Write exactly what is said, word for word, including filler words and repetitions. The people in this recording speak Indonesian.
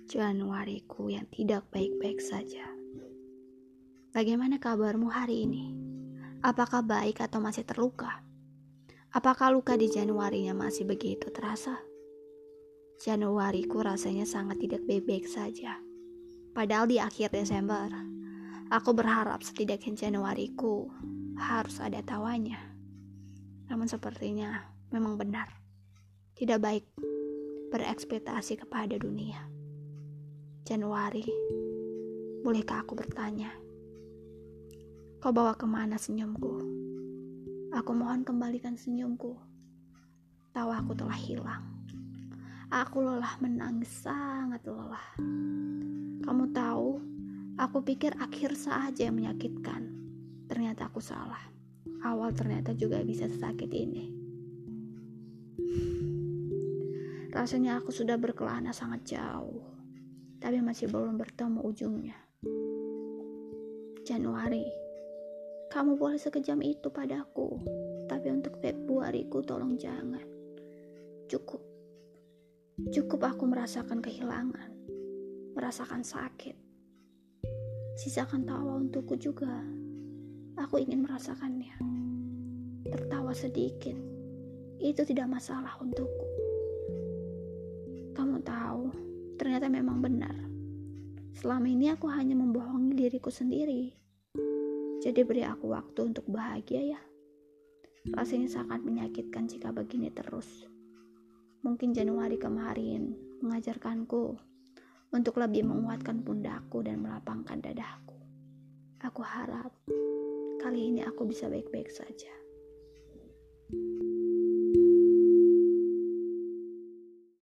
Januariku yang tidak baik-baik saja. Bagaimana kabarmu hari ini? Apakah baik atau masih terluka? Apakah luka di Januarinya masih begitu terasa? Januariku rasanya sangat tidak baik-baik saja. Padahal di akhir Desember, aku berharap setidaknya Januariku harus ada tawanya. Namun sepertinya memang benar, tidak baik berekspektasi kepada dunia. Januari, bolehkah aku bertanya, kau bawa kemana senyumku? Aku mohon kembalikan senyumku. Tahu aku telah hilang. Aku lelah menangis, sangat lelah. Kamu tahu, aku pikir akhir saja yang menyakitkan. Ternyata aku salah. Awal ternyata juga bisa sesakit ini. Rasanya aku sudah berkelana sangat jauh, tapi masih belum bertemu ujungnya. Januari, kamu boleh sekejam itu padaku, tapi untuk Februariku tolong jangan. Cukup. Cukup aku merasakan kehilangan, merasakan sakit. Sisakan tawa untukku juga. Aku ingin merasakannya. Tertawa sedikit, itu tidak masalah untukku. Kamu tahu, ternyata memang benar. Selama ini aku hanya membohongi diriku sendiri. Jadi beri aku waktu untuk bahagia ya. Rasanya sangat menyakitkan jika begini terus. Mungkin Januari kemarin mengajarkanku untuk lebih menguatkan pundakku dan melapangkan dadaku. Aku harap kali ini aku bisa baik-baik saja.